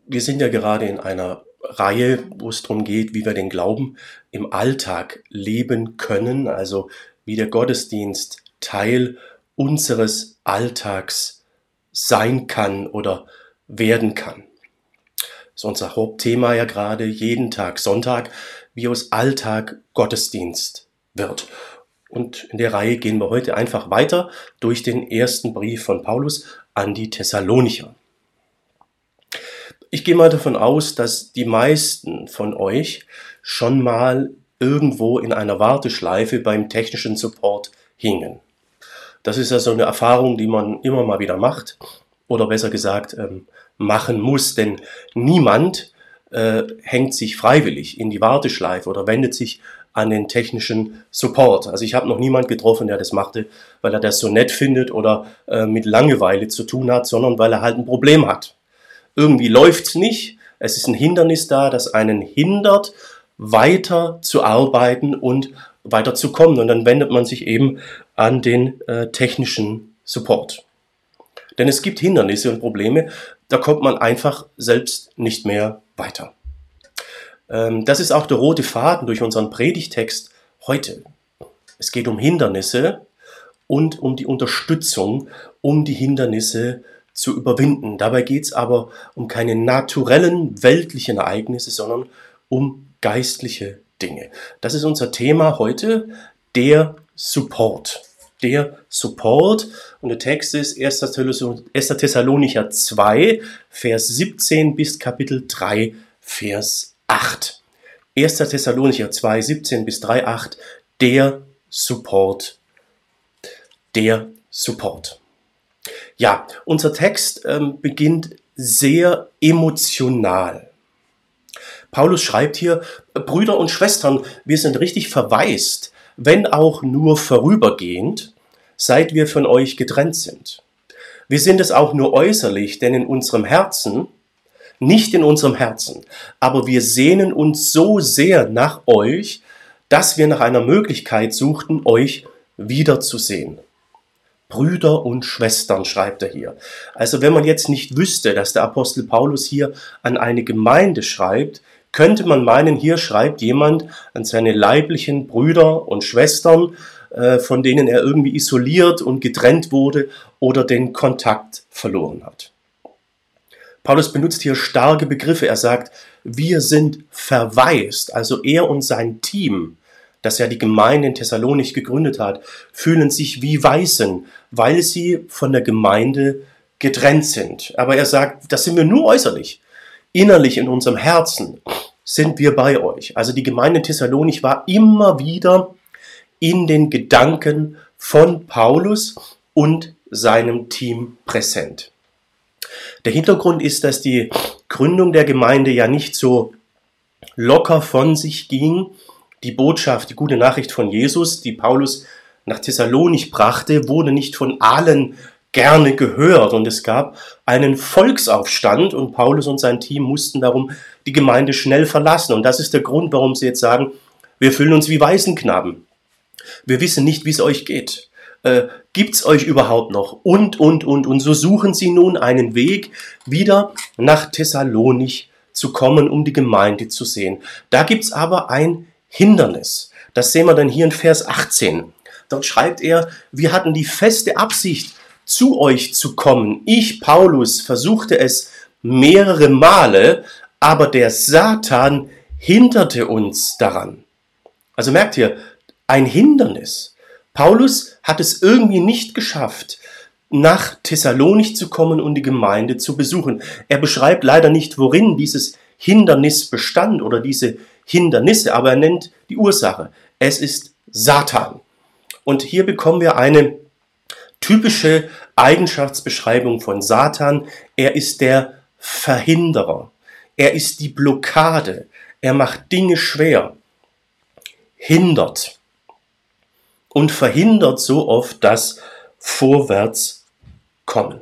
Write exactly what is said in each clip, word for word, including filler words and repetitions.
Wir sind ja gerade in einer Reihe, wo es darum geht, wie wir den Glauben im Alltag leben können, also wie der Gottesdienst Teil unseres Alltags sein kann oder werden kann. Das ist unser Hauptthema ja gerade, jeden Tag Sonntag, wie aus Alltag Gottesdienst wird. Und in der Reihe gehen wir heute einfach weiter durch den ersten Brief von Paulus an die Thessalonicher. Ich gehe mal davon aus, dass die meisten von euch schon mal irgendwo in einer Warteschleife beim technischen Support hingen. Das ist ja so eine Erfahrung, die man immer mal wieder macht oder besser gesagt ähm, machen muss, denn niemand äh, hängt sich freiwillig in die Warteschleife oder wendet sich an den technischen Support. Also ich habe noch niemand getroffen, der das machte, weil er das so nett findet oder äh, mit Langeweile zu tun hat, sondern weil er halt ein Problem hat. Irgendwie läuft's nicht, es ist ein Hindernis da, das einen hindert, weiter zu arbeiten und weiter zu kommen. Und dann wendet man sich eben an den äh, technischen Support. Denn es gibt Hindernisse und Probleme, da kommt man einfach selbst nicht mehr weiter. Ähm, das ist auch der rote Faden durch unseren Predigtext heute. Es geht um Hindernisse und um die Unterstützung, um die Hindernisse zu überwinden. Dabei geht es aber um keine naturellen, weltlichen Ereignisse, sondern um geistliche Dinge. Das ist unser Thema heute, der Support. Der Support. Und der Text ist erster Thessalonicher zwei, Vers siebzehn bis Kapitel drei, Vers acht. erster Thessalonicher zwei, siebzehn bis drei, acht. Der Support. Der Support. Ja, unser Text ähm, beginnt sehr emotional. Paulus schreibt hier, Brüder und Schwestern, wir sind richtig verwaist, wenn auch nur vorübergehend, seit wir von euch getrennt sind. Wir sind es auch nur äußerlich, denn in unserem Herzen, nicht in unserem Herzen, aber wir sehnen uns so sehr nach euch, dass wir nach einer Möglichkeit suchten, euch wiederzusehen. Brüder und Schwestern, schreibt er hier. Also wenn man jetzt nicht wüsste, dass der Apostel Paulus hier an eine Gemeinde schreibt, könnte man meinen, hier schreibt jemand an seine leiblichen Brüder und Schwestern, äh, von denen er irgendwie isoliert und getrennt wurde oder den Kontakt verloren hat. Paulus benutzt hier starke Begriffe. Er sagt, wir sind verwaist, also er und sein Team, das ja die Gemeinde in Thessalonich gegründet hat, fühlen sich wie Waisen, weil sie von der Gemeinde getrennt sind. Aber er sagt, das sind wir nur äußerlich. Innerlich in unserem Herzen sind wir bei euch. Also die Gemeinde in Thessalonich war immer wieder in den Gedanken von Paulus und seinem Team präsent. Der Hintergrund ist, dass die Gründung der Gemeinde ja nicht so locker von sich ging. Die Botschaft, die gute Nachricht von Jesus, die Paulus nach Thessalonich brachte, wurde nicht von allen gerne gehört. Und es gab einen Volksaufstand und Paulus und sein Team mussten darum die Gemeinde schnell verlassen. Und das ist der Grund, warum sie jetzt sagen, wir fühlen uns wie Waisenknaben. Wir wissen nicht, wie es euch geht. Äh, gibt's euch überhaupt noch? Und, und, und. Und so suchen sie nun einen Weg, wieder nach Thessalonich zu kommen, um die Gemeinde zu sehen. Da gibt's aber ein Hindernis. Das sehen wir dann hier in Vers achtzehn. Dort schreibt er, wir hatten die feste Absicht, zu euch zu kommen. Ich, Paulus, versuchte es mehrere Male, aber der Satan hinderte uns daran. Also merkt ihr, ein Hindernis. Paulus hat es irgendwie nicht geschafft, nach Thessalonich zu kommen und die Gemeinde zu besuchen. Er beschreibt leider nicht, worin dieses Hindernis bestand oder diese Hindernisse, aber er nennt die Ursache. Es ist Satan. Und hier bekommen wir eine typische Eigenschaftsbeschreibung von Satan. Er ist der Verhinderer. Er ist die Blockade. Er macht Dinge schwer, hindert und verhindert so oft das Vorwärtskommen.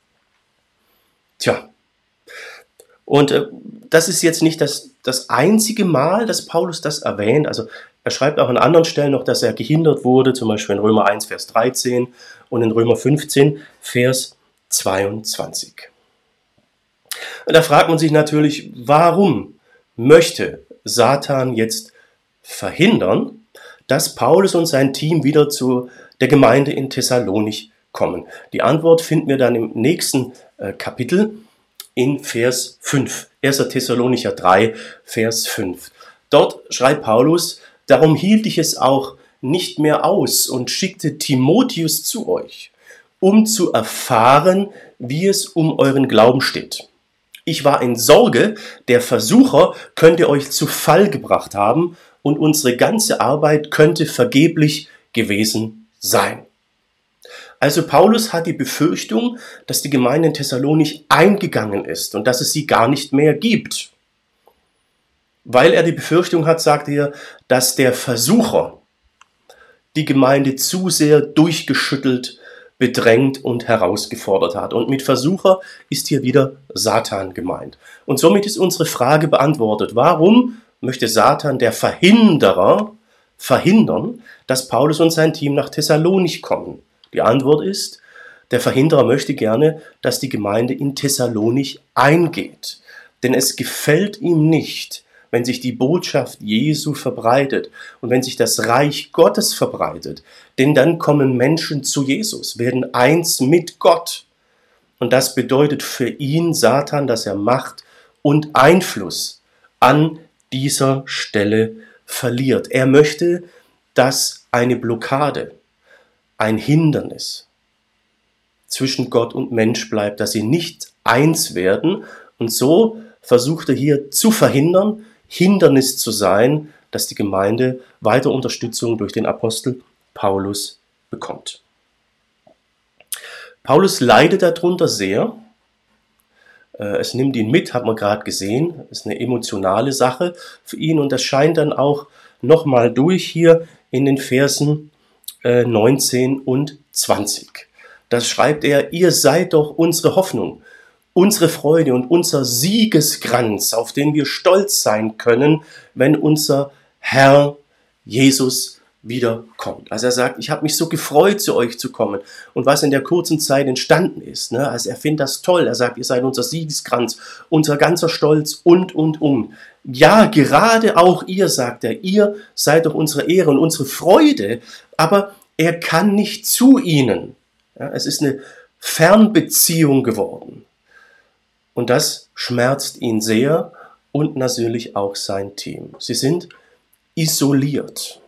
Tja, und äh, das ist jetzt nicht das, das einzige Mal, dass Paulus das erwähnt. Also er schreibt auch an anderen Stellen noch, dass er gehindert wurde, zum Beispiel in Römer eins, Vers dreizehn und in Römer fünfzehn, Vers zweiundzwanzig. Und da fragt man sich natürlich, warum möchte Satan jetzt verhindern, dass Paulus und sein Team wieder zu der Gemeinde in Thessalonich kommen? Die Antwort finden wir dann im nächsten äh, Kapitel in Vers fünf. erster Thessalonicher drei, Vers fünf. Dort schreibt Paulus: Darum hielt ich es auch nicht mehr aus und schickte Timotheus zu euch, um zu erfahren, wie es um euren Glauben steht. Ich war in Sorge, der Versucher könnte euch zu Fall gebracht haben und unsere ganze Arbeit könnte vergeblich gewesen sein. Also Paulus hat die Befürchtung, dass die Gemeinde in Thessalonich eingegangen ist und dass es sie gar nicht mehr gibt. Weil er die Befürchtung hat, sagt er, dass der Versucher die Gemeinde zu sehr durchgeschüttelt, bedrängt und herausgefordert hat. Und mit Versucher ist hier wieder Satan gemeint. Und somit ist unsere Frage beantwortet: Warum möchte Satan, der Verhinderer, verhindern, dass Paulus und sein Team nach Thessalonich kommen? Die Antwort ist, der Verhinderer möchte gerne, dass die Gemeinde in Thessalonich eingeht. Denn es gefällt ihm nicht, wenn sich die Botschaft Jesu verbreitet und wenn sich das Reich Gottes verbreitet. Denn dann kommen Menschen zu Jesus, werden eins mit Gott. Und das bedeutet für ihn, Satan, dass er Macht und Einfluss an dieser Stelle verliert. Er möchte, dass eine Blockade, ein Hindernis zwischen Gott und Mensch bleibt, dass sie nicht eins werden. Und so versucht er hier zu verhindern, Hindernis zu sein, dass die Gemeinde weiter Unterstützung durch den Apostel Paulus bekommt. Paulus leidet darunter sehr. Es nimmt ihn mit, hat man gerade gesehen. Das ist eine emotionale Sache für ihn und das scheint dann auch nochmal durch hier in den Versen neunzehn und zwanzig. Das schreibt er: Ihr seid doch unsere Hoffnung, unsere Freude und unser Siegeskranz, auf den wir stolz sein können, wenn unser Herr Jesus wiederkommt. Also er sagt, ich habe mich so gefreut, zu euch zu kommen. Und was in der kurzen Zeit entstanden ist, ne? Also er findet das toll. Er sagt, ihr seid unser Siegeskranz, unser ganzer Stolz und, und, und. Ja, gerade auch ihr, sagt er, ihr seid doch unsere Ehre und unsere Freude, aber er kann nicht zu ihnen. Ja, es ist eine Fernbeziehung geworden. Und das schmerzt ihn sehr und natürlich auch sein Team. Sie sind isoliert.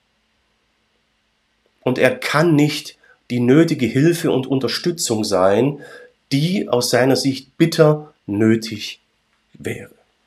Und er kann nicht die nötige Hilfe und Unterstützung sein, die aus seiner Sicht bitter nötig wäre.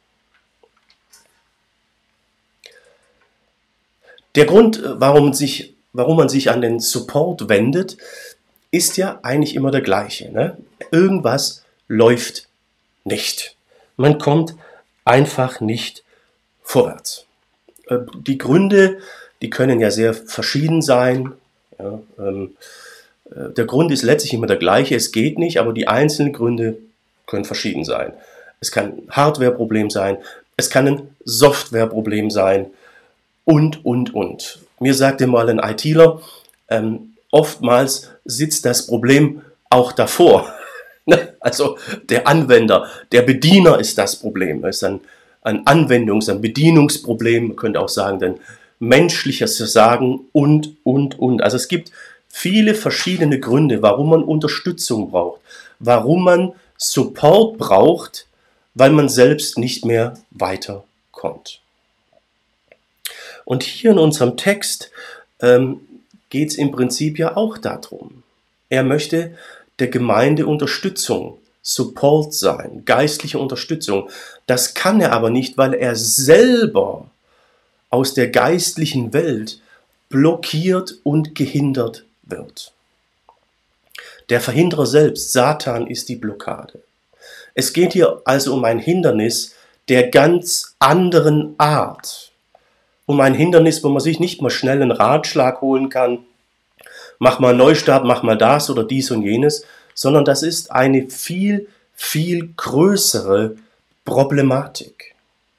Der Grund, warum, sich, warum man sich an den Support wendet, ist ja eigentlich immer der gleiche. Ne? Irgendwas läuft nicht. Man kommt einfach nicht vorwärts. Die Gründe, die können ja sehr verschieden sein. Ja, ähm, der Grund ist letztlich immer der gleiche, es geht nicht, aber die einzelnen Gründe können verschieden sein. Es kann ein Hardware-Problem sein, es kann ein Software-Problem sein und, und, und. Mir sagte mal ein ITler, ähm, oftmals sitzt das Problem auch davor. Also der Anwender, der Bediener ist das Problem. Es ist ein, ein Anwendungs-, ein Bedienungsproblem, man könnte auch sagen, denn menschliches Versagen und, und, und. Also es gibt viele verschiedene Gründe, warum man Unterstützung braucht, warum man Support braucht, weil man selbst nicht mehr weiterkommt. Und hier in unserem Text ähm, geht es im Prinzip ja auch darum. Er möchte der Gemeinde Unterstützung, Support sein, geistliche Unterstützung. Das kann er aber nicht, weil er selber aus der geistlichen Welt blockiert und gehindert wird. Der Verhinderer selbst, Satan, ist die Blockade. Es geht hier also um ein Hindernis der ganz anderen Art. Um ein Hindernis, wo man sich nicht mal schnell einen Ratschlag holen kann, mach mal einen Neustart, mach mal das oder dies und jenes, sondern das ist eine viel, viel größere Problematik.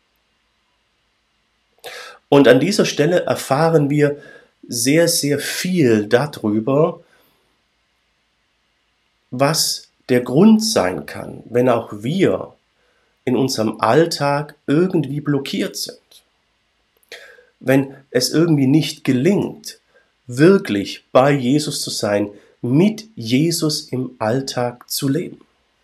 Und an dieser Stelle erfahren wir sehr, sehr viel darüber, was der Grund sein kann, wenn auch wir in unserem Alltag irgendwie blockiert sind. Wenn es irgendwie nicht gelingt, wirklich bei Jesus zu sein, mit Jesus im Alltag zu leben.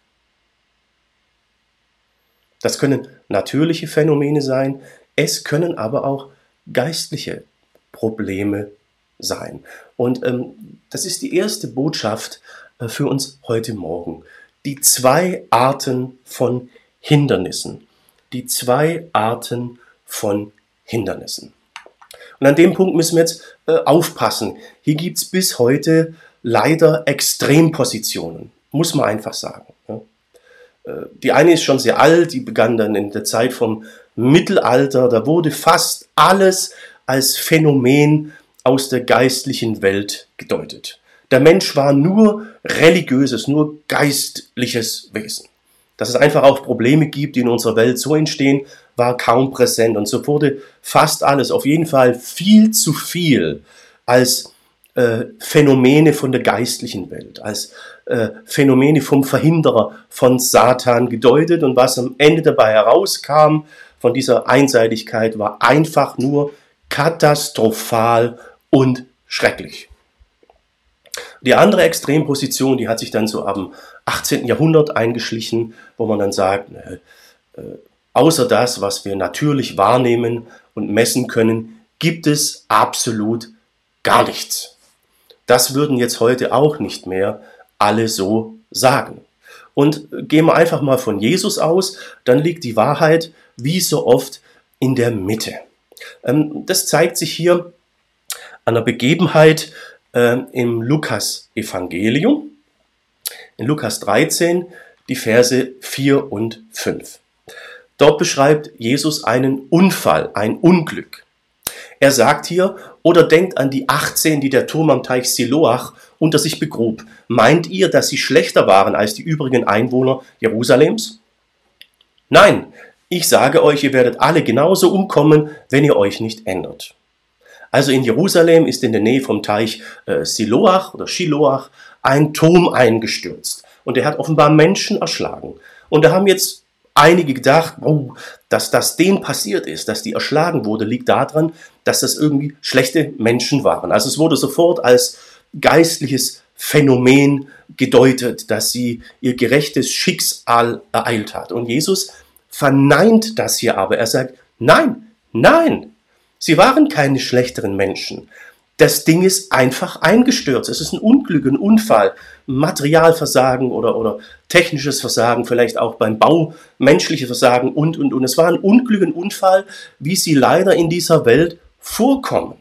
Das können natürliche Phänomene sein, es können aber auch geistliche Probleme sein. Und ähm, das ist die erste Botschaft äh, für uns heute Morgen. Die zwei Arten von Hindernissen. Die zwei Arten von Hindernissen. Und an dem Punkt müssen wir jetzt äh, aufpassen. Hier gibt es bis heute leider Extrempositionen, muss man einfach sagen. Ja. Äh, die eine ist schon sehr alt, die begann dann in der Zeit vom Mittelalter. Da wurde fast alles als Phänomen aus der geistlichen Welt gedeutet. Der Mensch war nur religiöses, nur geistliches Wesen. Dass es einfach auch Probleme gibt, die in unserer Welt so entstehen, war kaum präsent. Und so wurde fast alles, auf jeden Fall viel zu viel, als äh, Phänomene von der geistlichen Welt, als äh, Phänomene vom Verhinderer von Satan gedeutet. Und was am Ende dabei herauskam von dieser Einseitigkeit, war einfach nur katastrophal und schrecklich. Die andere Extremposition, die hat sich dann so am achtzehnten Jahrhundert eingeschlichen, wo man dann sagt, äh, äh, außer das, was wir natürlich wahrnehmen und messen können, gibt es absolut gar nichts. Das würden jetzt heute auch nicht mehr alle so sagen. Und gehen wir einfach mal von Jesus aus, dann liegt die Wahrheit wie so oft in der Mitte. Ähm, das zeigt sich hier an der Begebenheit äh, im Lukas-Evangelium, in Lukas dreizehn, die Verse vier und fünf. Dort beschreibt Jesus einen Unfall, ein Unglück. Er sagt hier, oder denkt an die achtzehn, die der Turm am Teich Siloach unter sich begrub. Meint ihr, dass sie schlechter waren als die übrigen Einwohner Jerusalems? Nein, ich sage euch, ihr werdet alle genauso umkommen, wenn ihr euch nicht ändert. Also in Jerusalem ist in der Nähe vom Teich äh, Siloach oder Shiloach ein Turm eingestürzt. Und der hat offenbar Menschen erschlagen. Und da haben jetzt einige gedacht, oh, dass das denen passiert ist, dass die erschlagen wurde, liegt daran, dass das irgendwie schlechte Menschen waren. Also es wurde sofort als geistliches Phänomen gedeutet, dass sie ihr gerechtes Schicksal ereilt hat. Und Jesus verneint das hier aber. Er sagt, nein, nein, sie waren keine schlechteren Menschen. Das Ding ist einfach eingestürzt. Es ist ein Unglück, ein Unfall, Materialversagen oder, oder technisches Versagen, vielleicht auch beim Bau, menschliche Versagen und, und, und. Es war ein Unglück, ein Unfall, wie sie leider in dieser Welt vorkommen.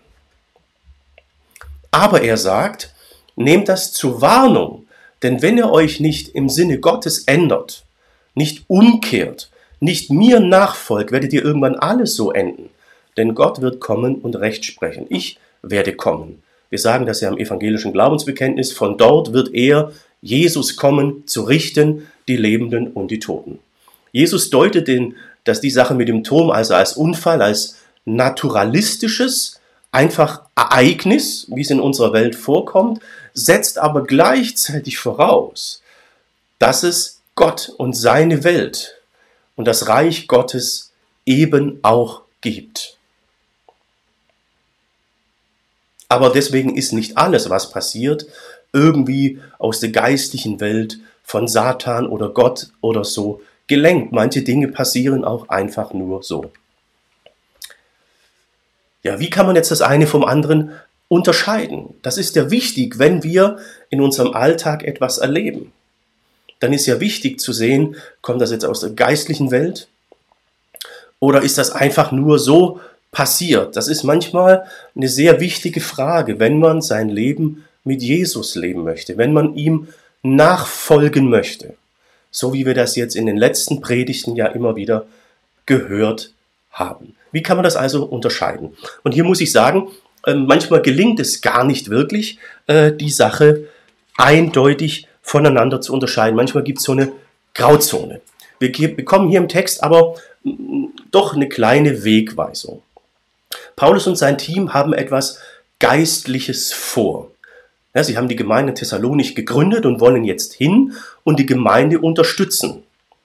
Aber er sagt, nehmt das zur Warnung, denn wenn ihr euch nicht im Sinne Gottes ändert, nicht umkehrt, nicht mir nachfolgt, werdet ihr irgendwann alles so enden. Denn Gott wird kommen und Recht sprechen. Ich werde kommen. Wir sagen das ja im evangelischen Glaubensbekenntnis. Von dort wird er, Jesus, kommen, zu richten die Lebenden und die Toten. Jesus deutet den, dass die Sache mit dem Turm also als Unfall, als naturalistisches, einfach Ereignis, wie es in unserer Welt vorkommt, setzt aber gleichzeitig voraus, dass es Gott und seine Welt und das Reich Gottes eben auch gibt. Aber deswegen ist nicht alles, was passiert, irgendwie aus der geistlichen Welt von Satan oder Gott oder so gelenkt. Manche Dinge passieren auch einfach nur so. Ja, wie kann man jetzt das eine vom anderen unterscheiden? Das ist ja wichtig, wenn wir in unserem Alltag etwas erleben. Dann ist ja wichtig zu sehen, kommt das jetzt aus der geistlichen Welt oder ist das einfach nur so passiert? Das ist manchmal eine sehr wichtige Frage, wenn man sein Leben mit Jesus leben möchte, wenn man ihm nachfolgen möchte, so wie wir das jetzt in den letzten Predigten ja immer wieder gehört haben. Wie kann man das also unterscheiden? Und hier muss ich sagen, manchmal gelingt es gar nicht wirklich, die Sache eindeutig voneinander zu unterscheiden. Manchmal gibt es so eine Grauzone. Wir bekommen hier im Text aber doch eine kleine Wegweisung. Paulus und sein Team haben etwas Geistliches vor. Ja, sie haben die Gemeinde Thessalonich gegründet und wollen jetzt hin und die Gemeinde unterstützen.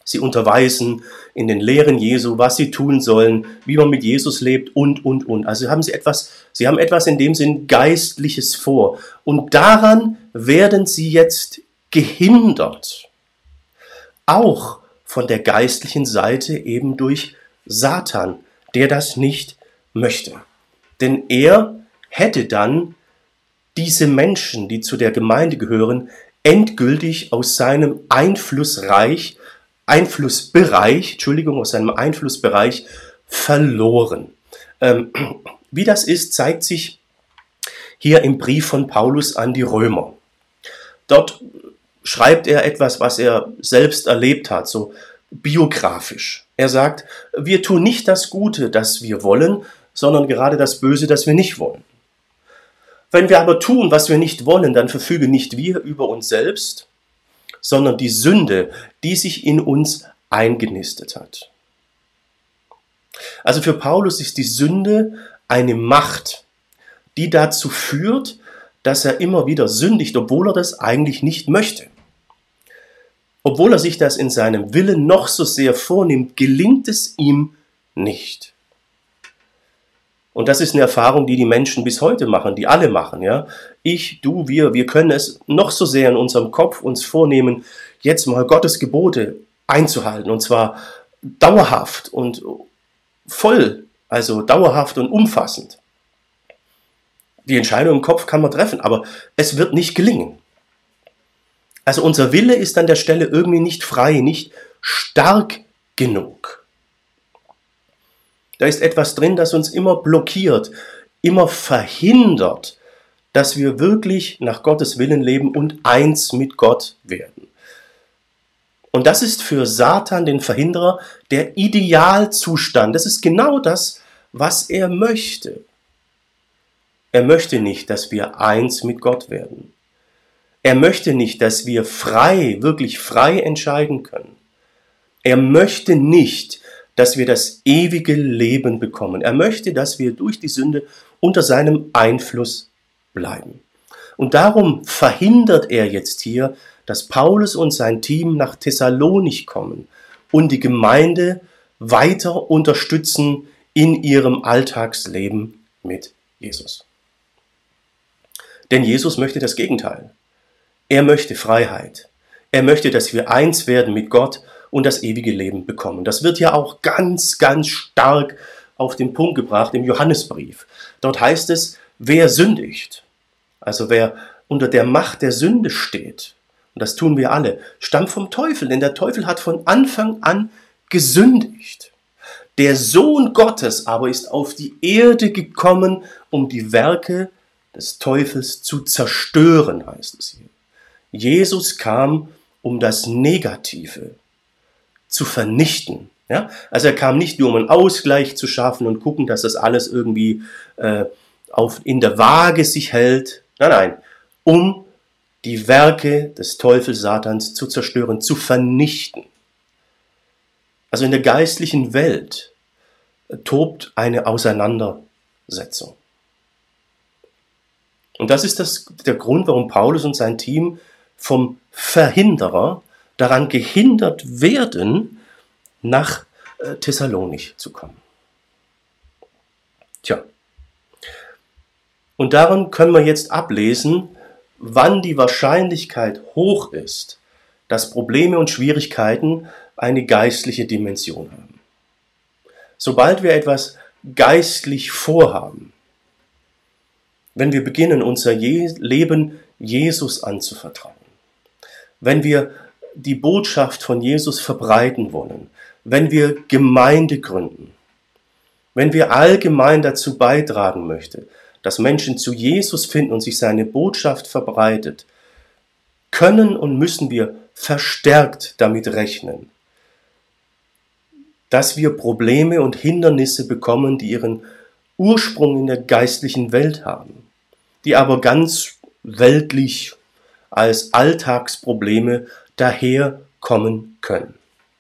Sie unterweisen in den Lehren Jesu, was sie tun sollen, wie man mit Jesus lebt und, und, und. Also haben sie etwas, sie haben etwas in dem Sinn Geistliches vor. Und daran werden sie jetzt gehindert. Auch von der geistlichen Seite eben durch Satan, der das nicht möchte. Denn er hätte dann diese Menschen, die zu der Gemeinde gehören, endgültig aus seinem Einflussreich, Einflussbereich, Entschuldigung, aus seinem Einflussbereich verloren. Ähm, wie das ist, zeigt sich hier im Brief von Paulus an die Römer. Dort schreibt er etwas, was er selbst erlebt hat, so biografisch. Er sagt, wir tun nicht das Gute, das wir wollen, sondern gerade das Böse, das wir nicht wollen. Wenn wir aber tun, was wir nicht wollen, dann verfügen nicht wir über uns selbst, sondern die Sünde, die sich in uns eingenistet hat. Also für Paulus ist die Sünde eine Macht, die dazu führt, dass er immer wieder sündigt, obwohl er das eigentlich nicht möchte. Obwohl er sich das in seinem Willen noch so sehr vornimmt, gelingt es ihm nicht. Und das ist eine Erfahrung, die die Menschen bis heute machen, die alle machen. Ja? Ich, du, wir, wir können es noch so sehr in unserem Kopf uns vornehmen, jetzt mal Gottes Gebote einzuhalten. Und zwar dauerhaft und voll, also dauerhaft und umfassend. Die Entscheidung im Kopf kann man treffen, aber es wird nicht gelingen. Also unser Wille ist an der Stelle irgendwie nicht frei, nicht stark genug. Da ist etwas drin, das uns immer blockiert, immer verhindert, dass wir wirklich nach Gottes Willen leben und eins mit Gott werden. Und das ist für Satan, den Verhinderer, der Idealzustand. Das ist genau das, was er möchte. Er möchte nicht, dass wir eins mit Gott werden. Er möchte nicht, dass wir frei, wirklich frei entscheiden können. Er möchte nicht, dass wir das ewige Leben bekommen. Er möchte, dass wir durch die Sünde unter seinem Einfluss bleiben. Und darum verhindert er jetzt hier, dass Paulus und sein Team nach Thessalonich kommen und die Gemeinde weiter unterstützen in ihrem Alltagsleben mit Jesus. Denn Jesus möchte das Gegenteil. Er möchte Freiheit. Er möchte, dass wir eins werden mit Gott und das ewige Leben bekommen. Das wird ja auch ganz, ganz stark auf den Punkt gebracht im Johannesbrief. Dort heißt es, wer sündigt, also wer unter der Macht der Sünde steht, und das tun wir alle, stammt vom Teufel, denn der Teufel hat von Anfang an gesündigt. Der Sohn Gottes aber ist auf die Erde gekommen, um die Werke des Teufels zu zerstören, heißt es hier. Jesus kam, um das Negative zu vernichten. Ja? Also er kam nicht nur, um einen Ausgleich zu schaffen und gucken, dass das alles irgendwie äh, auf, in der Waage sich hält. Nein, nein, um die Werke des Teufels Satans zu zerstören, zu vernichten. Also in der geistlichen Welt tobt eine Auseinandersetzung. Und das ist das, der Grund, warum Paulus und sein Team vom Verhinderer daran gehindert werden, nach äh, Thessalonich zu kommen. Tja. Und daran können wir jetzt ablesen, wann die Wahrscheinlichkeit hoch ist, dass Probleme und Schwierigkeiten eine geistliche Dimension haben. Sobald wir etwas geistlich vorhaben, wenn wir beginnen, unser Je- Leben Jesus anzuvertrauen, wenn wir die Botschaft von Jesus verbreiten wollen, wenn wir Gemeinde gründen, wenn wir allgemein dazu beitragen möchten, dass Menschen zu Jesus finden und sich seine Botschaft verbreitet, können und müssen wir verstärkt damit rechnen, dass wir Probleme und Hindernisse bekommen, die ihren Ursprung in der geistlichen Welt haben, die aber ganz weltlich als Alltagsprobleme daherkommen können.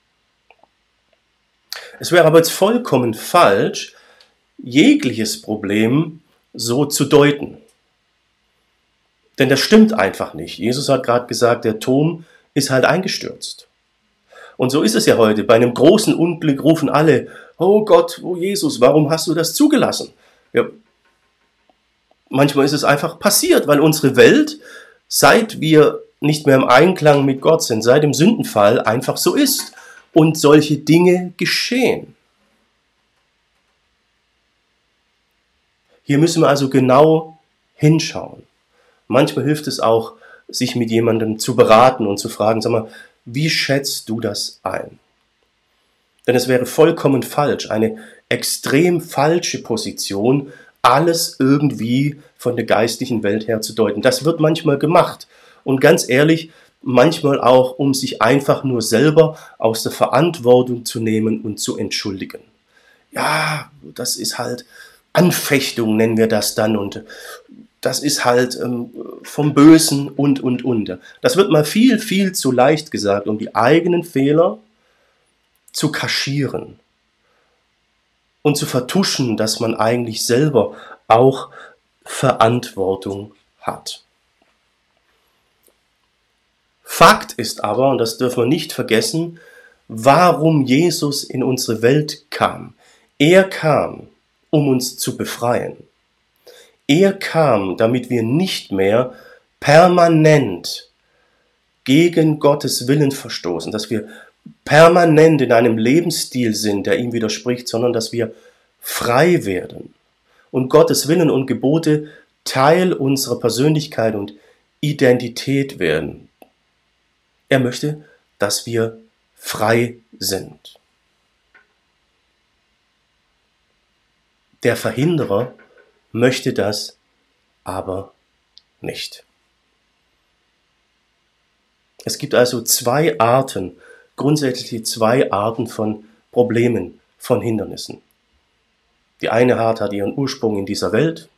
Es wäre aber jetzt vollkommen falsch, jegliches Problem so zu deuten. Denn das stimmt einfach nicht. Jesus hat gerade gesagt, der Turm ist halt eingestürzt. Und so ist es ja heute. Bei einem großen Unglück rufen alle, oh Gott, oh Jesus, warum hast du das zugelassen? Ja, manchmal ist es einfach passiert, weil unsere Welt, seit wir nicht mehr im Einklang mit Gott sind, seit dem Sündenfall einfach so ist und solche Dinge geschehen. Hier müssen wir also genau hinschauen. Manchmal hilft es auch, sich mit jemandem zu beraten und zu fragen, sag mal, wie schätzt du das ein? Denn es wäre vollkommen falsch, eine extrem falsche Position, alles irgendwie von der geistlichen Welt her zu deuten. Das wird manchmal gemacht. Und ganz ehrlich, manchmal auch, um sich einfach nur selber aus der Verantwortung zu nehmen und zu entschuldigen. Ja, das ist halt Anfechtung, nennen wir das dann, und das ist halt ähm, vom Bösen und, und, und. Das wird mal viel, viel zu leicht gesagt, um die eigenen Fehler zu kaschieren und zu vertuschen, dass man eigentlich selber auch Verantwortung hat. Fakt ist aber, und das dürfen wir nicht vergessen, warum Jesus in unsere Welt kam. Er kam, um uns zu befreien. Er kam, damit wir nicht mehr permanent gegen Gottes Willen verstoßen, dass wir permanent in einem Lebensstil sind, der ihm widerspricht, sondern dass wir frei werden und Gottes Willen und Gebote Teil unserer Persönlichkeit und Identität werden. Er möchte, dass wir frei sind. Der Verhinderer möchte das aber nicht. Es gibt also zwei Arten, grundsätzlich zwei Arten von Problemen, von Hindernissen. Die eine Art hat ihren Ursprung in dieser Welt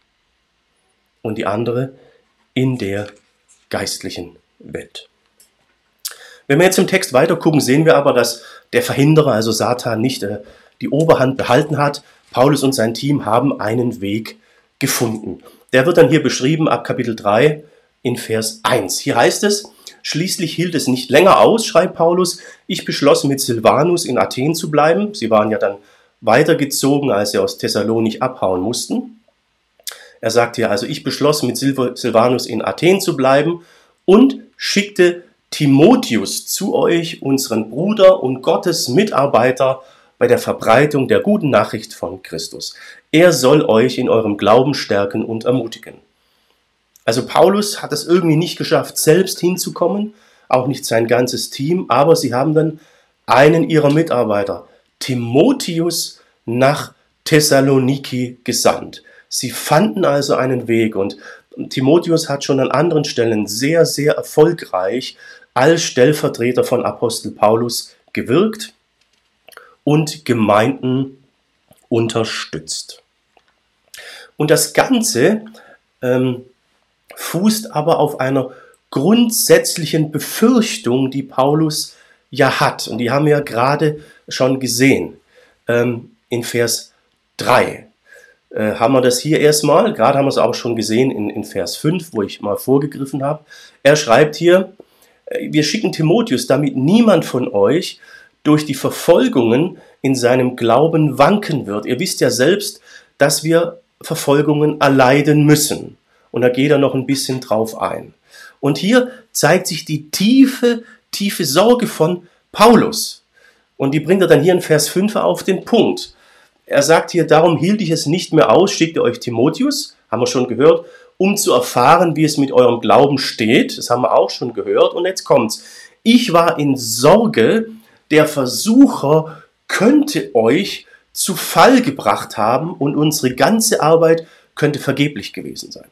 und die andere in der geistlichen Welt. Wenn wir jetzt im Text weiter gucken, sehen wir aber, dass der Verhinderer, also Satan, nicht äh, die Oberhand behalten hat. Paulus und sein Team haben einen Weg gefunden. Der wird dann hier beschrieben ab Kapitel drei in Vers eins. Hier heißt es, schließlich hielt es nicht länger aus, schreibt Paulus, ich beschloss mit Silvanus in Athen zu bleiben. Sie waren ja dann weitergezogen, als sie aus Thessalonich abhauen mussten. Er sagt hier also, ich beschloss mit Sil- Silvanus in Athen zu bleiben und schickte Timotheus zu euch, unseren Bruder und Gottes Mitarbeiter bei der Verbreitung der guten Nachricht von Christus. Er soll euch in eurem Glauben stärken und ermutigen. Also Paulus hat es irgendwie nicht geschafft, selbst hinzukommen, auch nicht sein ganzes Team, aber sie haben dann einen ihrer Mitarbeiter, Timotheus, nach Thessaloniki gesandt. Sie fanden also einen Weg und Timotheus hat schon an anderen Stellen sehr, sehr erfolgreich als Stellvertreter von Apostel Paulus gewirkt und Gemeinden unterstützt. Und das Ganze ähm, fußt aber auf einer grundsätzlichen Befürchtung, die Paulus ja hat. Und die haben wir ja gerade schon gesehen ähm, in Vers drei. Äh, haben wir das hier erstmal, gerade haben wir es auch schon gesehen in, in Vers fünf, wo ich mal vorgegriffen habe. Er schreibt hier, äh, wir schicken Timotheus, damit niemand von euch durch die Verfolgungen in seinem Glauben wanken wird. Ihr wisst ja selbst, dass wir Verfolgungen erleiden müssen. Und da geht er noch ein bisschen drauf ein. Und hier zeigt sich die tiefe, tiefe Sorge von Paulus. Und die bringt er dann hier in Vers fünf auf den Punkt. Er sagt hier, darum hielt ich es nicht mehr aus, schickte euch Timotheus, haben wir schon gehört, um zu erfahren, wie es mit eurem Glauben steht. Das haben wir auch schon gehört. Und jetzt kommt's. Ich war in Sorge, der Versucher könnte euch zu Fall gebracht haben und unsere ganze Arbeit könnte vergeblich gewesen sein.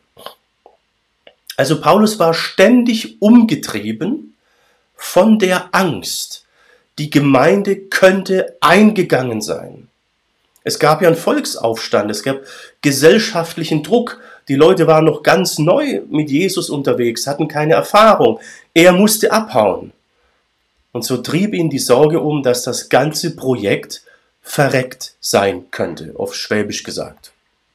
Also Paulus war ständig umgetrieben von der Angst, die Gemeinde könnte eingegangen sein. Es gab ja einen Volksaufstand, es gab gesellschaftlichen Druck. Die Leute waren noch ganz neu mit Jesus unterwegs, hatten keine Erfahrung. Er musste abhauen. Und so trieb ihn die Sorge um, dass das ganze Projekt verreckt sein könnte, auf Schwäbisch gesagt.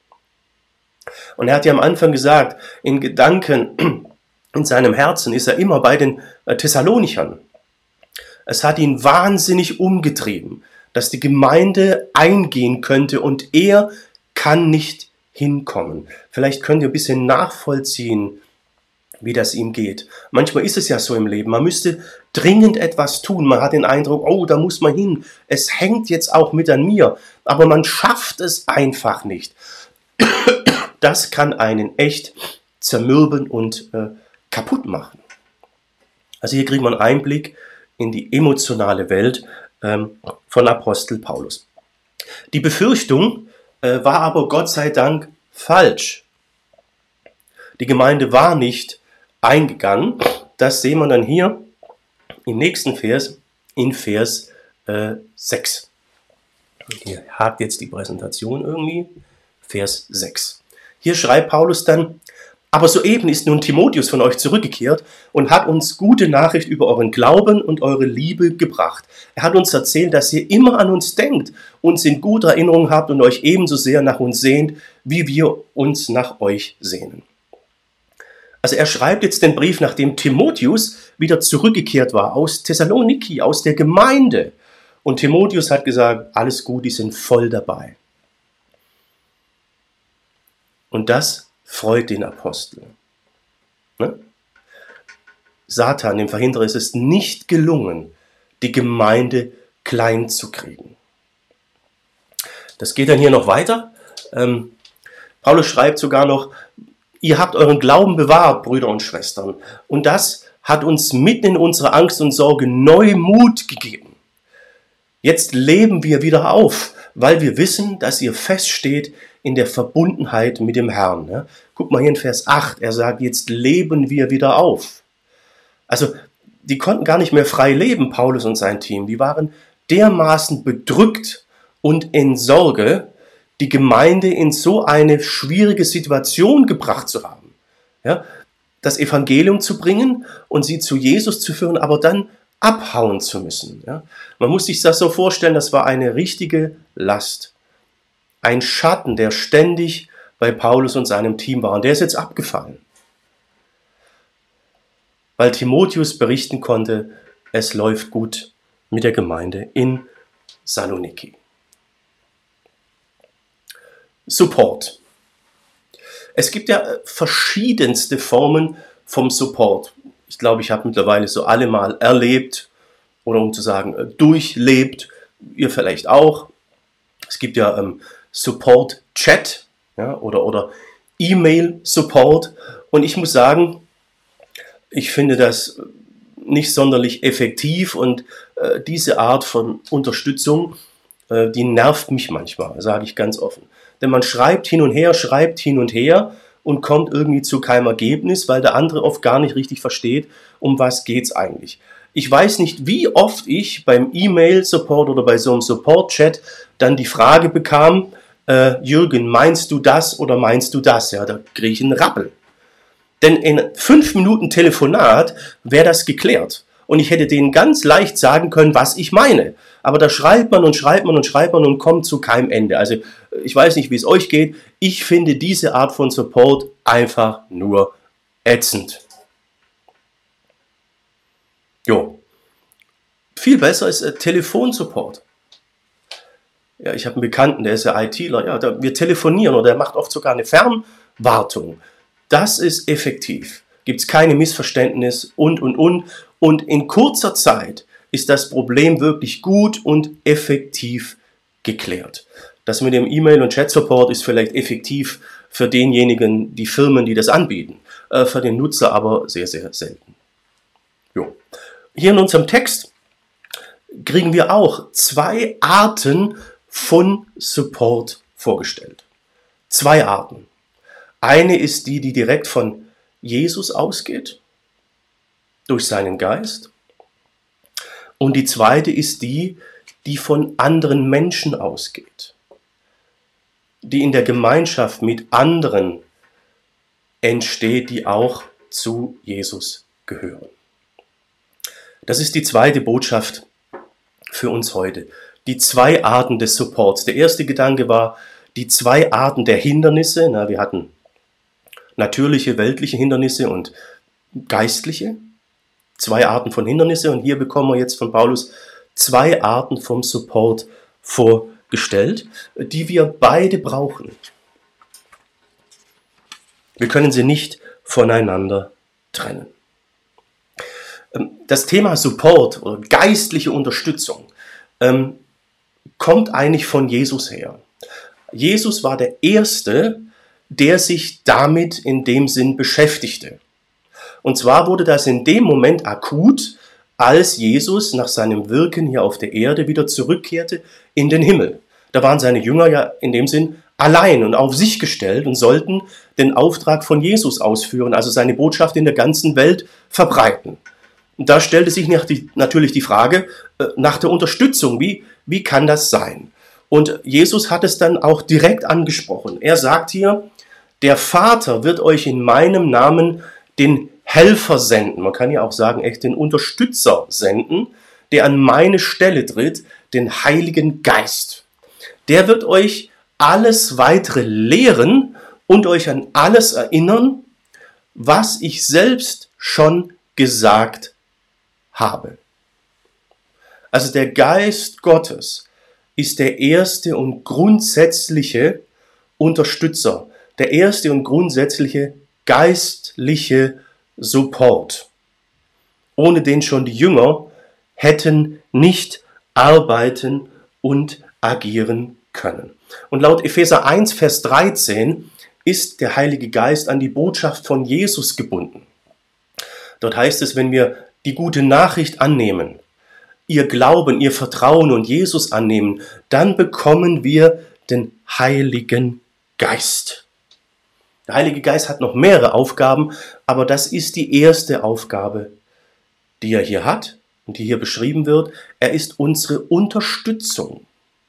Und er hat ja am Anfang gesagt, in Gedanken, in seinem Herzen ist er immer bei den Thessalonichern. Es hat ihn wahnsinnig umgetrieben, dass die Gemeinde eingehen könnte und er kann nicht hinkommen. Vielleicht könnt ihr ein bisschen nachvollziehen, wie das ihm geht. Manchmal ist es ja so im Leben, man müsste dringend etwas tun. Man hat den Eindruck, oh, da muss man hin. Es hängt jetzt auch mit an mir, aber man schafft es einfach nicht. Das kann einen echt zermürben und äh, kaputt machen. Also hier kriegt man einen Einblick in die emotionale Welt ähm, von Apostel Paulus. Die Befürchtung äh, war aber Gott sei Dank falsch. Die Gemeinde war nicht eingegangen. Das sehen wir dann hier im nächsten Vers, in Vers äh, sechs. Hier hakt jetzt die Präsentation irgendwie. Vers sechs. Hier schreibt Paulus dann: Aber soeben ist nun Timotheus von euch zurückgekehrt und hat uns gute Nachricht über euren Glauben und eure Liebe gebracht. Er hat uns erzählt, dass ihr immer an uns denkt, uns in guter Erinnerung habt und euch ebenso sehr nach uns sehnt, wie wir uns nach euch sehnen. Also er schreibt jetzt den Brief, nachdem Timotheus wieder zurückgekehrt war aus Thessaloniki, aus der Gemeinde. Und Timotheus hat gesagt, alles gut, die sind voll dabei. Und das freut den Apostel. Ne? Satan, dem Verhinderer, ist es nicht gelungen, die Gemeinde klein zu kriegen. Das geht dann hier noch weiter. Ähm, Paulus schreibt sogar noch, ihr habt euren Glauben bewahrt, Brüder und Schwestern. Und das hat uns mitten in unserer Angst und Sorge neu Mut gegeben. Jetzt leben wir wieder auf, weil wir wissen, dass ihr feststeht in der Verbundenheit mit dem Herrn. Ja? Guck mal hier in Vers acht, er sagt, jetzt leben wir wieder auf. Also, die konnten gar nicht mehr frei leben, Paulus und sein Team. Die waren dermaßen bedrückt und in Sorge, die Gemeinde in so eine schwierige Situation gebracht zu haben. Ja? Das Evangelium zu bringen und sie zu Jesus zu führen, aber dann abhauen zu müssen. Ja? Man muss sich das so vorstellen, das war eine richtige Last. Ein Schatten, der ständig bei Paulus und seinem Team war. Und der ist jetzt abgefallen. Weil Timotheus berichten konnte, es läuft gut mit der Gemeinde in Saloniki. Support. Es gibt ja verschiedenste Formen vom Support. Ich glaube, ich habe mittlerweile so alle mal erlebt oder um zu sagen, durchlebt. Ihr vielleicht auch. Es gibt ja ähm, Support-Chat, ja, oder, oder E-Mail-Support. Und ich muss sagen, ich finde das nicht sonderlich effektiv und äh, diese Art von Unterstützung, äh, die nervt mich manchmal, sage ich ganz offen. Denn man schreibt hin und her, schreibt hin und her und kommt irgendwie zu keinem Ergebnis, weil der andere oft gar nicht richtig versteht, um was geht's eigentlich. Ich weiß nicht, wie oft ich beim E-Mail-Support oder bei so einem Support-Chat dann die Frage bekam, äh, Jürgen, meinst du das oder meinst du das? Ja, da kriege ich einen Rappel. Denn in fünf Minuten Telefonat wäre das geklärt. Und ich hätte denen ganz leicht sagen können, was ich meine. Aber da schreibt man und schreibt man und schreibt man und kommt zu keinem Ende. Also ich weiß nicht, wie es euch geht. Ich finde diese Art von Support einfach nur ätzend. Jo. Viel besser ist äh, Telefonsupport. Ja, ich habe einen Bekannten, der ist ja ITler. Ja, da, wir telefonieren oder der macht oft sogar eine Fernwartung. Das ist effektiv. Gibt es keine Missverständnis und, und, und. Und in kurzer Zeit ist das Problem wirklich gut und effektiv geklärt. Das mit dem E-Mail- und Chat-Support ist vielleicht effektiv für denjenigen, die Firmen, die das anbieten. Äh, für den Nutzer aber sehr, sehr selten. Jo. Hier in unserem Text kriegen wir auch zwei Arten von Support vorgestellt. Zwei Arten. Eine ist die, die direkt von Jesus ausgeht, durch seinen Geist. Und die zweite ist die, die von anderen Menschen ausgeht, die in der Gemeinschaft mit anderen entsteht, die auch zu Jesus gehören. Das ist die zweite Botschaft für uns heute. Die zwei Arten des Supports. Der erste Gedanke war, die zwei Arten der Hindernisse. Na, wir hatten natürliche, weltliche Hindernisse und geistliche. zwei Arten von Hindernisse und hier bekommen wir jetzt von Paulus zwei Arten vom Support vorgestellt, die wir beide brauchen. Wir können sie nicht voneinander trennen. Das Thema Support oder geistliche Unterstützung ähm, kommt eigentlich von Jesus her. Jesus war der Erste, der sich damit in dem Sinn beschäftigte. Und zwar wurde das in dem Moment akut, als Jesus nach seinem Wirken hier auf der Erde wieder zurückkehrte in den Himmel. Da waren seine Jünger ja in dem Sinn allein und auf sich gestellt und sollten den Auftrag von Jesus ausführen, also seine Botschaft in der ganzen Welt verbreiten. Und da stellte sich natürlich die Frage nach der Unterstützung. Wie, wie kann das sein? Und Jesus hat es dann auch direkt angesprochen. Er sagt hier, der Vater wird euch in meinem Namen den Helfer senden. Man kann ja auch sagen, echt den Unterstützer senden, der an meine Stelle tritt, den Heiligen Geist. Der wird euch alles weitere lehren und euch an alles erinnern, was ich selbst schon gesagt habe. Also der Geist Gottes ist der erste und grundsätzliche Unterstützer, der erste und grundsätzliche geistliche Support, ohne den schon die Jünger hätten nicht arbeiten und agieren können. Und laut Epheser eins, Vers dreizehn ist der Heilige Geist an die Botschaft von Jesus gebunden. Dort heißt es, wenn wir die gute Nachricht annehmen, ihr Glauben, ihr Vertrauen und Jesus annehmen, dann bekommen wir den Heiligen Geist. Der Heilige Geist hat noch mehrere Aufgaben, aber das ist die erste Aufgabe, die er hier hat und die hier beschrieben wird. Er ist unsere Unterstützung.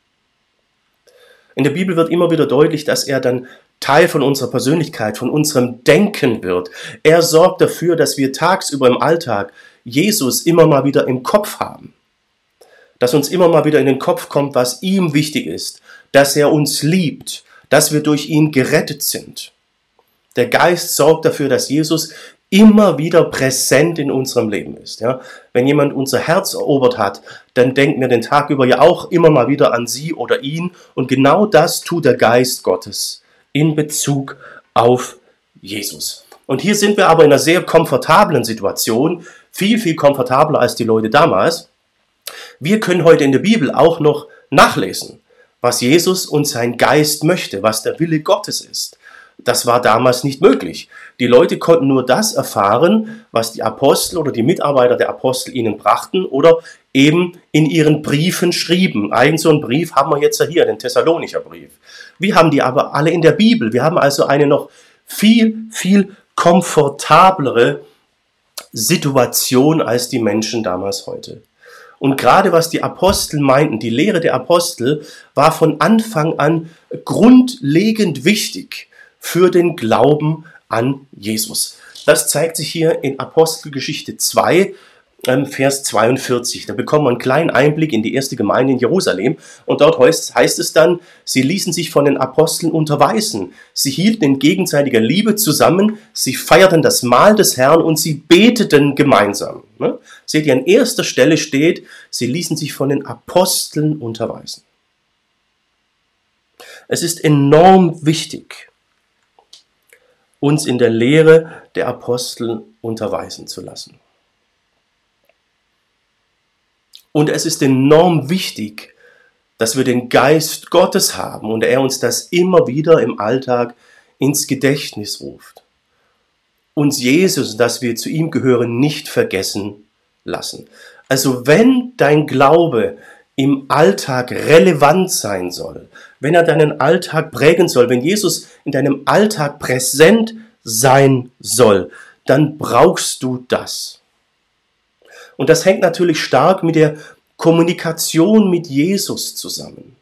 In der Bibel wird immer wieder deutlich, dass er dann Teil von unserer Persönlichkeit, von unserem Denken wird. Er sorgt dafür, dass wir tagsüber im Alltag Jesus immer mal wieder im Kopf haben. Dass uns immer mal wieder in den Kopf kommt, was ihm wichtig ist, dass er uns liebt, dass wir durch ihn gerettet sind. Der Geist sorgt dafür, dass Jesus immer wieder präsent in unserem Leben ist. Ja? Wenn jemand unser Herz erobert hat, dann denken wir den Tag über ja auch immer mal wieder an sie oder ihn. Und genau das tut der Geist Gottes in Bezug auf Jesus. Und hier sind wir aber in einer sehr komfortablen Situation, viel, viel komfortabler als die Leute damals. Wir können heute in der Bibel auch noch nachlesen, was Jesus und sein Geist möchte, was der Wille Gottes ist. Das war damals nicht möglich. Die Leute konnten nur das erfahren, was die Apostel oder die Mitarbeiter der Apostel ihnen brachten oder eben in ihren Briefen schrieben. Einen so einen Brief haben wir jetzt ja hier, den Thessalonicher Brief. Wir haben die aber alle in der Bibel. Wir haben also eine noch viel, viel komfortablere Situation als die Menschen damals heute. Und gerade was die Apostel meinten, die Lehre der Apostel war von Anfang an grundlegend wichtig für den Glauben an Jesus. Das zeigt sich hier in Apostelgeschichte zwei, Vers zweiundvierzig. Da bekommen wir einen kleinen Einblick in die erste Gemeinde in Jerusalem. Und dort heißt, heißt es dann, sie ließen sich von den Aposteln unterweisen. Sie hielten in gegenseitiger Liebe zusammen, sie feierten das Mahl des Herrn und sie beteten gemeinsam. Ne? Seht ihr, an erster Stelle steht, sie ließen sich von den Aposteln unterweisen. Es ist enorm wichtig, uns in der Lehre der Apostel unterweisen zu lassen. Und es ist enorm wichtig, dass wir den Geist Gottes haben und er uns das immer wieder im Alltag ins Gedächtnis ruft. Uns Jesus, dass wir zu ihm gehören, nicht vergessen lassen. Also wenn dein Glaube im Alltag relevant sein soll, wenn er deinen Alltag prägen soll, wenn Jesus in deinem Alltag präsent sein soll, dann brauchst du das. Und das hängt natürlich stark mit der Kommunikation mit Jesus zusammen.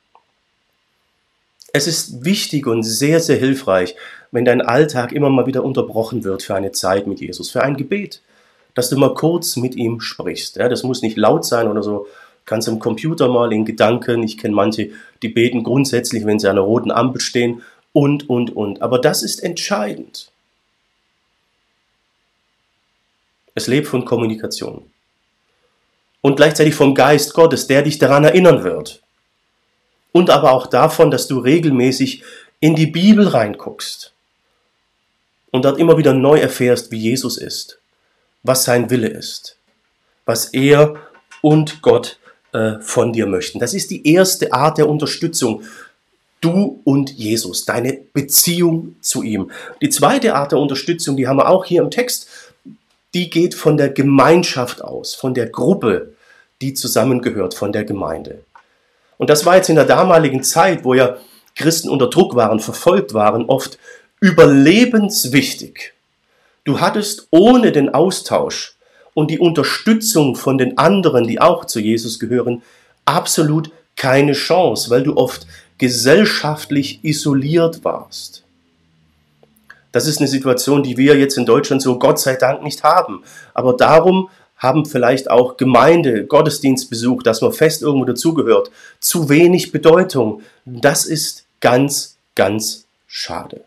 Es ist wichtig und sehr, sehr hilfreich, wenn dein Alltag immer mal wieder unterbrochen wird für eine Zeit mit Jesus, für ein Gebet, dass du mal kurz mit ihm sprichst. Ja, das muss nicht laut sein oder so. Kannst am Computer mal in Gedanken, ich kenne manche, die beten grundsätzlich, wenn sie an einer roten Ampel stehen und, und, und. Aber das ist entscheidend. Es lebt von Kommunikation. Und gleichzeitig vom Geist Gottes, der dich daran erinnern wird. Und aber auch davon, dass du regelmäßig in die Bibel reinguckst und dort immer wieder neu erfährst, wie Jesus ist, was sein Wille ist, was er und Gott äh, von dir möchten. Das ist die erste Art der Unterstützung. Du und Jesus, deine Beziehung zu ihm. Die zweite Art der Unterstützung, die haben wir auch hier im Text, die geht von der Gemeinschaft aus, von der Gruppe, die zusammengehört, von der Gemeinde. Und das war jetzt in der damaligen Zeit, wo ja Christen unter Druck waren, verfolgt waren, oft überlebenswichtig. Du hattest ohne den Austausch und die Unterstützung von den anderen, die auch zu Jesus gehören, absolut keine Chance, weil du oft gesellschaftlich isoliert warst. Das ist eine Situation, die wir jetzt in Deutschland so Gott sei Dank nicht haben. Aber darum haben vielleicht auch Gemeinde, Gottesdienstbesuch, dass man fest irgendwo dazugehört, zu wenig Bedeutung. Das ist ganz, ganz schade.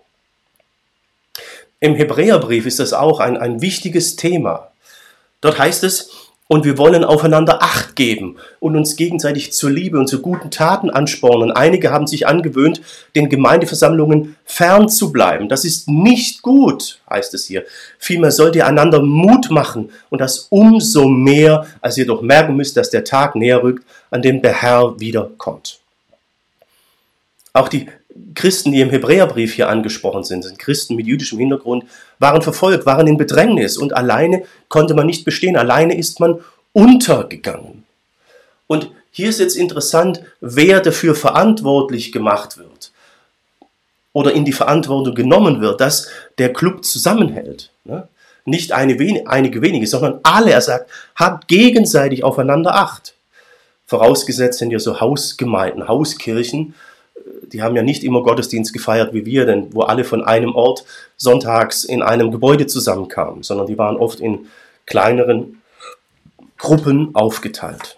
Im Hebräerbrief ist das auch ein, ein wichtiges Thema. Dort heißt es, und wir wollen aufeinander Acht geben und uns gegenseitig zur Liebe und zu guten Taten anspornen. Einige haben sich angewöhnt, den Gemeindeversammlungen fern zu bleiben. Das ist nicht gut, heißt es hier. Vielmehr sollt ihr einander Mut machen und das umso mehr, als ihr doch merken müsst, dass der Tag näher rückt, an dem der Herr wiederkommt. Auch die Christen, die im Hebräerbrief hier angesprochen sind, sind Christen mit jüdischem Hintergrund, waren verfolgt, waren in Bedrängnis und alleine konnte man nicht bestehen, alleine ist man untergegangen. Und hier ist jetzt interessant, wer dafür verantwortlich gemacht wird oder in die Verantwortung genommen wird, dass der Club zusammenhält. Nicht eine, einige wenige, sondern alle. Er sagt, habt gegenseitig aufeinander Acht. Vorausgesetzt sind ja so Hausgemeinden, Hauskirchen, die haben ja nicht immer Gottesdienst gefeiert wie wir, denn wo alle von einem Ort sonntags in einem Gebäude zusammenkamen, sondern die waren oft in kleineren Gruppen aufgeteilt.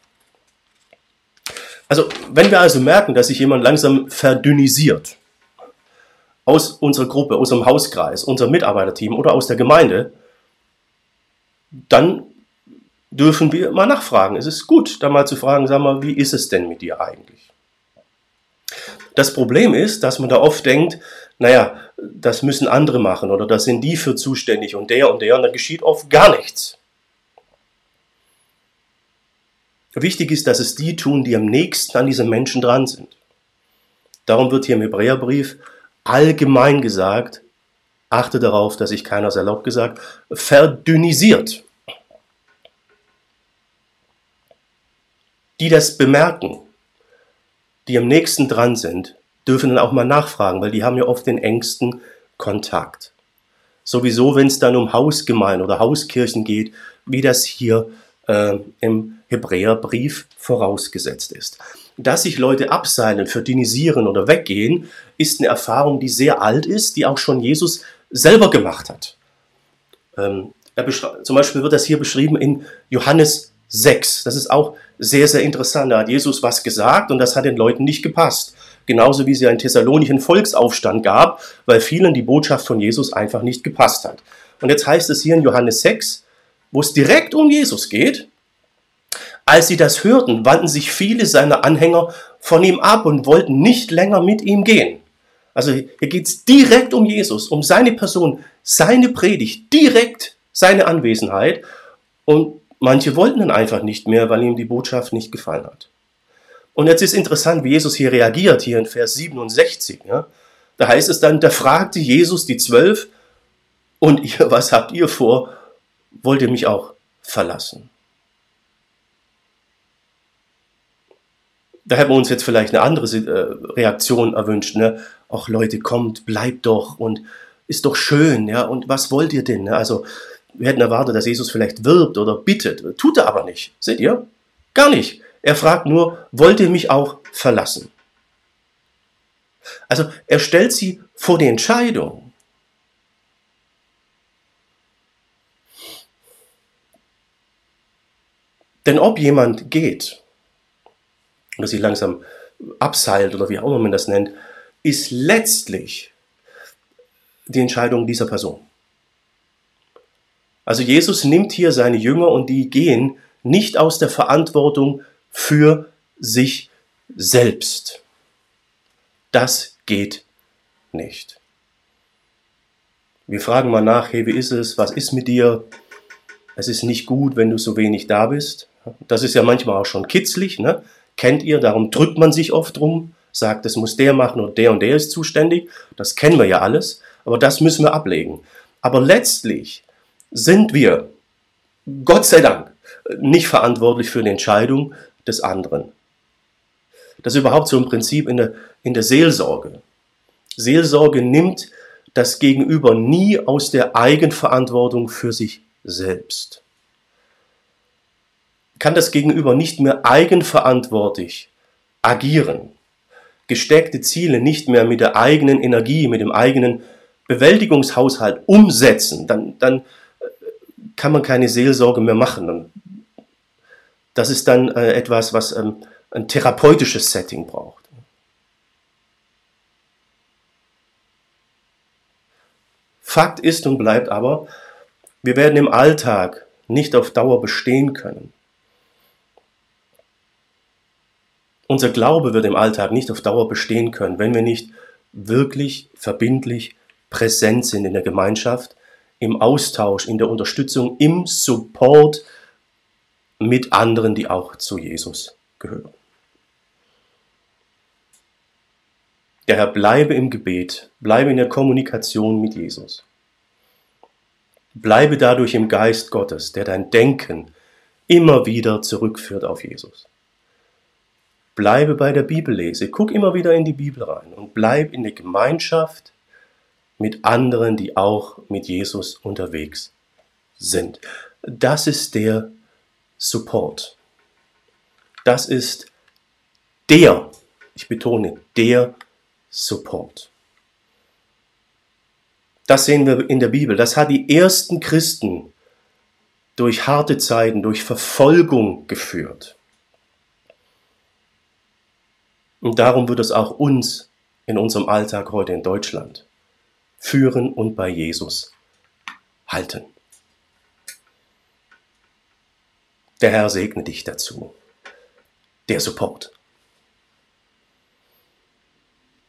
Also, wenn wir also merken, dass sich jemand langsam verdünnisiert, aus unserer Gruppe, aus unserem Hauskreis, unserem Mitarbeiterteam oder aus der Gemeinde, dann dürfen wir mal nachfragen. Es ist gut, da mal zu fragen, sag mal, wie ist es denn mit dir eigentlich? Das Problem ist, dass man da oft denkt, naja, das müssen andere machen oder da sind die für zuständig und der und der und da geschieht oft gar nichts. Wichtig ist, dass es die tun, die am nächsten an diesem Menschen dran sind. Darum wird hier im Hebräerbrief allgemein gesagt, achte darauf, dass sich keiner salopp gesagt, verdünnisiert. Die das bemerken, die am nächsten dran sind, dürfen dann auch mal nachfragen, weil die haben ja oft den engsten Kontakt. Sowieso, wenn es dann um Hausgemeinden oder Hauskirchen geht, wie das hier äh, im Hebräerbrief vorausgesetzt ist. Dass sich Leute abseilen, verdünnisieren oder weggehen, ist eine Erfahrung, die sehr alt ist, die auch schon Jesus selber gemacht hat. Ähm, er zum Beispiel wird das hier beschrieben in Johannes sechs. Das ist auch sehr, sehr interessant. Da hat Jesus was gesagt und das hat den Leuten nicht gepasst. Genauso wie es ja in Thessalonich Volksaufstand gab, weil vielen die Botschaft von Jesus einfach nicht gepasst hat. Und jetzt heißt es hier in Johannes sechs, wo es direkt um Jesus geht, als sie das hörten, wandten sich viele seiner Anhänger von ihm ab und wollten nicht länger mit ihm gehen. Also hier geht es direkt um Jesus, um seine Person, seine Predigt, direkt seine Anwesenheit. Und manche wollten dann einfach nicht mehr, weil ihm die Botschaft nicht gefallen hat. Und jetzt ist interessant, wie Jesus hier reagiert, hier in Vers siebenundsechzig. Ja? Da heißt es dann, da fragte Jesus die Zwölf, und ihr, was habt ihr vor? Wollt ihr mich auch verlassen? Da hätten wir uns jetzt vielleicht eine andere Reaktion erwünscht. Ne? Ach Leute, kommt, bleibt doch und ist doch schön. Ja? Und was wollt ihr denn? Ne? Also wir hätten erwartet, dass Jesus vielleicht wirbt oder bittet. Tut er aber nicht. Seht ihr? Gar nicht. Er fragt nur, wollt ihr mich auch verlassen? Also er stellt sie vor die Entscheidung. Denn ob jemand geht oder sich langsam abseilt oder wie auch immer man das nennt, ist letztlich die Entscheidung dieser Person. Also Jesus nimmt hier seine Jünger und die gehen nicht aus der Verantwortung für sich selbst. Das geht nicht. Wir fragen mal nach, hey, wie ist es? Was ist mit dir? Es ist nicht gut, wenn du so wenig da bist. Das ist ja manchmal auch schon kitzlig, ne? Kennt ihr, darum drückt man sich oft drum, sagt, das muss der machen und der und der ist zuständig. Das kennen wir ja alles, aber das müssen wir ablegen. Aber letztlich sind wir, Gott sei Dank, nicht verantwortlich für die Entscheidung des anderen. Das ist überhaupt so ein Prinzip in der, in der Seelsorge. Seelsorge nimmt das Gegenüber nie aus der Eigenverantwortung für sich selbst. Kann das Gegenüber nicht mehr eigenverantwortlich agieren, gesteckte Ziele nicht mehr mit der eigenen Energie, mit dem eigenen Bewältigungshaushalt umsetzen, dann, dann kann man keine Seelsorge mehr machen. Und das ist dann äh, etwas, was ähm, ein therapeutisches Setting braucht. Fakt ist und bleibt aber, wir werden im Alltag nicht auf Dauer bestehen können. Unser Glaube wird im Alltag nicht auf Dauer bestehen können, wenn wir nicht wirklich verbindlich präsent sind in der Gemeinschaft, im Austausch, in der Unterstützung, im Support mit anderen, die auch zu Jesus gehören. Daher bleibe im Gebet, bleibe in der Kommunikation mit Jesus. Bleibe dadurch im Geist Gottes, der dein Denken immer wieder zurückführt auf Jesus. Bleibe bei der Bibellese, guck immer wieder in die Bibel rein und bleib in der Gemeinschaft mit anderen, die auch mit Jesus unterwegs sind. Das ist der Support. Das ist der, ich betone, der Support. Das sehen wir in der Bibel. Das hat die ersten Christen durch harte Zeiten, durch Verfolgung geführt. Und darum wird es auch uns in unserem Alltag heute in Deutschland führen und bei Jesus halten. Der Herr segne dich dazu. Der Support.